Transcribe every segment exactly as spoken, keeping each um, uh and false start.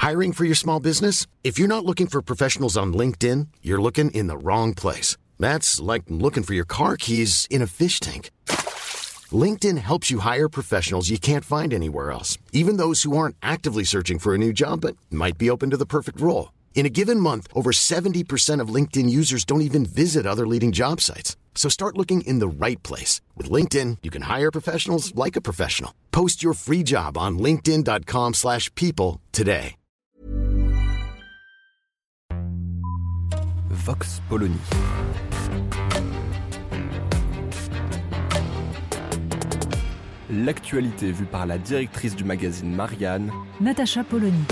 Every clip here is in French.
Hiring for your small business? If you're not looking for professionals on LinkedIn, you're looking in the wrong place. That's like looking for your car keys in a fish tank. LinkedIn helps you hire professionals you can't find anywhere else, even those who aren't actively searching for a new job but might be open to the perfect role. In a given month, over seventy percent of LinkedIn users don't even visit other leading job sites. So start looking in the right place. With LinkedIn, you can hire professionals like a professional. Post your free job on linkedin dot com slash people today. Vox Polony. L'actualité vue par la directrice du magazine Marianne, Natacha Polony.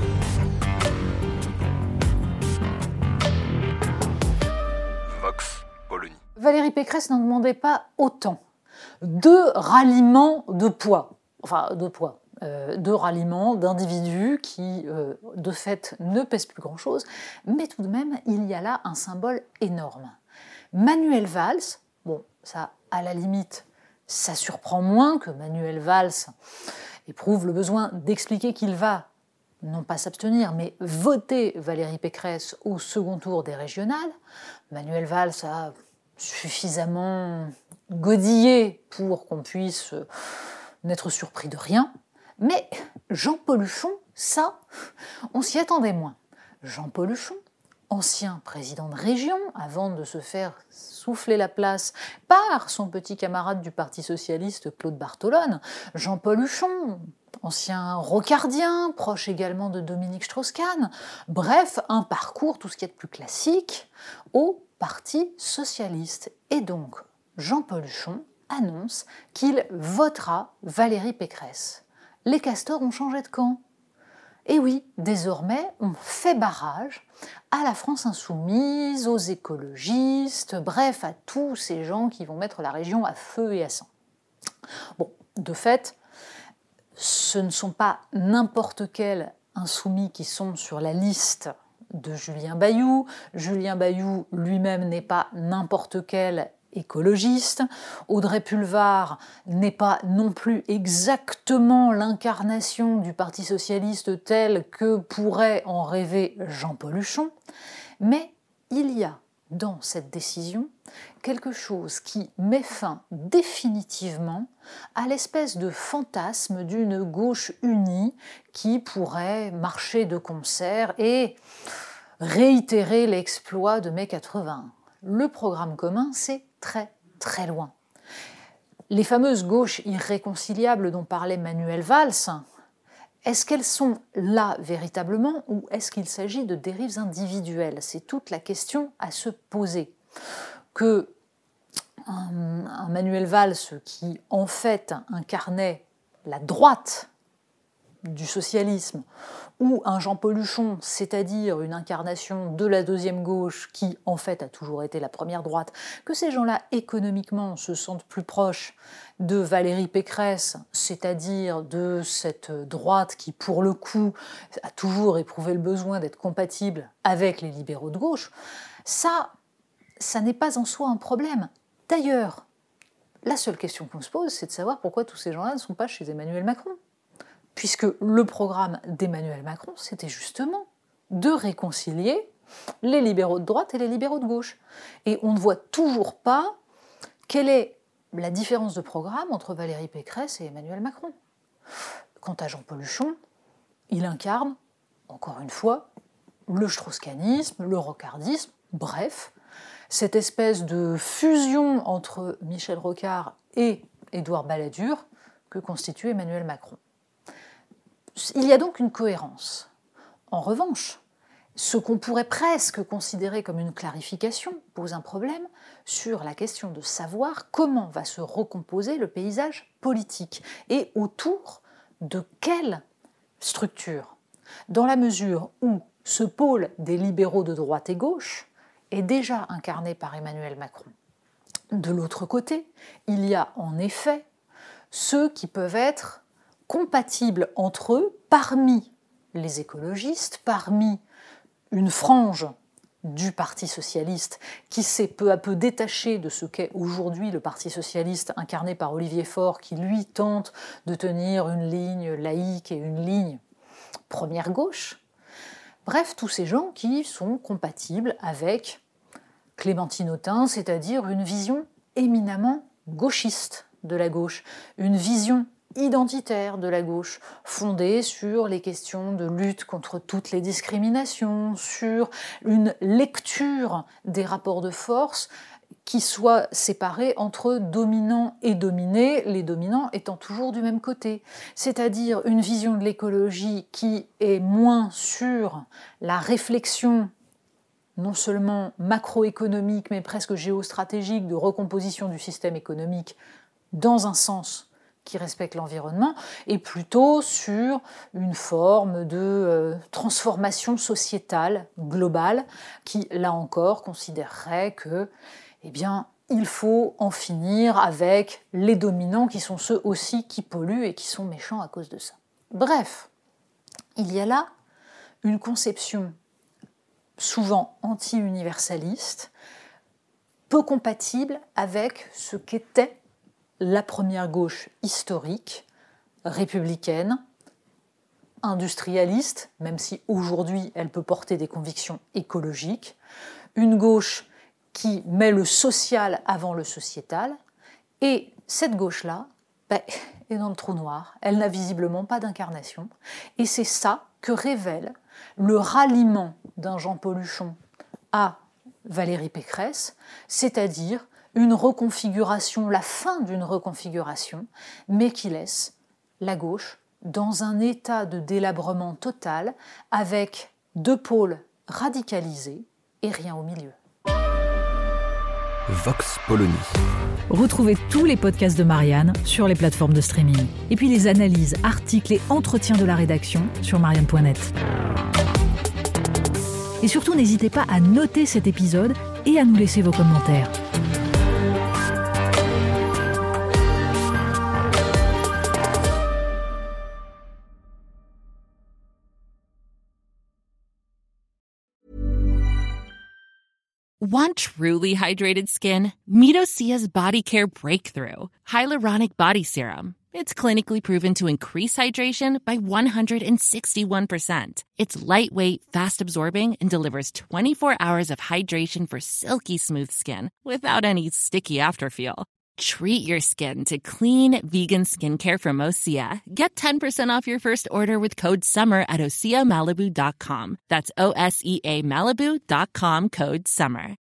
Vox Polony. Valérie Pécresse n'en demandait pas autant. Deux ralliements de poids, enfin de poids, euh, deux ralliements d'individus qui, euh, de fait, ne pèsent plus grand-chose, mais tout de même, il y a là un symbole énorme. Manuel Valls, bon, ça, à la limite, ça surprend moins que Manuel Valls éprouve le besoin d'expliquer qu'il va, non pas s'abstenir, mais voter Valérie Pécresse au second tour des régionales. Manuel Valls a suffisamment godillé pour qu'on puisse n'être surpris de rien. Mais Jean Poluchon, ça, on s'y attendait moins. Jean Poluchon, ancien président de région, avant de se faire souffler la place par son petit camarade du Parti socialiste, Claude Bartolone, Jean Poluchon, ancien rocardien, proche également de Dominique Strauss-Kahn, bref, un parcours, tout ce qui est de plus classique, au Parti socialiste. Et donc, Jean Poluchon annonce qu'il votera Valérie Pécresse. Les castors ont changé de camp. Et oui, désormais, on fait barrage à la France insoumise, aux écologistes, bref, à tous ces gens qui vont mettre la région à feu et à sang. Bon, de fait, ce ne sont pas n'importe quels insoumis qui sont sur la liste de Julien Bayou. Julien Bayou lui-même n'est pas n'importe quel écologiste. Audrey Pulvar n'est pas non plus exactement l'incarnation du Parti socialiste tel que pourrait en rêver Jean Poluchon. Mais il y a dans cette décision quelque chose qui met fin définitivement à l'espèce de fantasme d'une gauche unie qui pourrait marcher de concert et réitérer l'exploit de mai quatre-vingt-un. Le programme commun, c'est très très loin. Les fameuses gauches irréconciliables dont parlait Manuel Valls, est-ce qu'elles sont là véritablement ou est-ce qu'il s'agit de dérives individuelles ? C'est toute la question à se poser. Que un, un Manuel Valls qui en fait incarnait la droite du socialisme, ou un Jean Poluchon, c'est-à-dire une incarnation de la deuxième gauche qui, en fait, a toujours été la première droite, que ces gens-là, économiquement, se sentent plus proches de Valérie Pécresse, c'est-à-dire de cette droite qui, pour le coup, a toujours éprouvé le besoin d'être compatible avec les libéraux de gauche, ça, ça n'est pas en soi un problème. D'ailleurs, la seule question qu'on se pose, c'est de savoir pourquoi tous ces gens-là ne sont pas chez Emmanuel Macron. Puisque le programme d'Emmanuel Macron, c'était justement de réconcilier les libéraux de droite et les libéraux de gauche. Et on ne voit toujours pas quelle est la différence de programme entre Valérie Pécresse et Emmanuel Macron. Quant à Jean Poluchon, il incarne, encore une fois, le strauss-kahnisme, le rocardisme, bref, cette espèce de fusion entre Michel Rocard et Édouard Balladur que constitue Emmanuel Macron. Il y a donc une cohérence. En revanche, ce qu'on pourrait presque considérer comme une clarification pose un problème sur la question de savoir comment va se recomposer le paysage politique et autour de quelle structure, dans la mesure où ce pôle des libéraux de droite et gauche est déjà incarné par Emmanuel Macron. De l'autre côté, il y a en effet ceux qui peuvent être compatibles entre eux parmi les écologistes, parmi une frange du Parti socialiste qui s'est peu à peu détaché de ce qu'est aujourd'hui le Parti socialiste incarné par Olivier Faure qui lui tente de tenir une ligne laïque et une ligne première gauche, Bref, tous ces gens qui sont compatibles avec Clémentine Autain, c'est-à-dire une vision éminemment gauchiste de la gauche, une vision identitaire de la gauche, fondée sur les questions de lutte contre toutes les discriminations, sur une lecture des rapports de force qui soit séparée entre dominants et dominés, les dominants étant toujours du même côté. C'est-à-dire une vision de l'écologie qui est moins sur la réflexion non seulement macroéconomique, mais presque géostratégique de recomposition du système économique dans un sens qui respecte l'environnement, et plutôt sur une forme de euh, transformation sociétale globale qui, là encore, considérerait que, eh bien, il faut en finir avec les dominants qui sont ceux aussi qui polluent et qui sont méchants à cause de ça. Bref, il y a là une conception souvent anti-universaliste, peu compatible avec ce qu'était la première gauche historique, républicaine, industrialiste, même si aujourd'hui elle peut porter des convictions écologiques, une gauche qui met le social avant le sociétal, et cette gauche-là ben, est dans le trou noir, elle n'a visiblement pas d'incarnation, et c'est ça que révèle le ralliement d'un Jean Pauluchon à Valérie Pécresse, c'est-à-dire une reconfiguration, la fin d'une reconfiguration, mais qui laisse la gauche dans un état de délabrement total, avec deux pôles radicalisés et rien au milieu. Vox Polony. Retrouvez tous les podcasts de Marianne sur les plateformes de streaming. Et puis les analyses, articles et entretiens de la rédaction sur marianne point net. Et surtout, n'hésitez pas à noter cet épisode et à nous laisser vos commentaires. Want truly hydrated skin? Meet Osea's Body Care Breakthrough Hyaluronic Body Serum. It's clinically proven to increase hydration by one hundred sixty-one percent. It's lightweight, fast-absorbing, and delivers twenty-four hours of hydration for silky smooth skin without any sticky afterfeel. Treat your skin to clean, vegan skincare from Osea. Get ten percent off your first order with code SUMMER at osea malibu dot com. That's O S E A Malibu dot com, code SUMMER.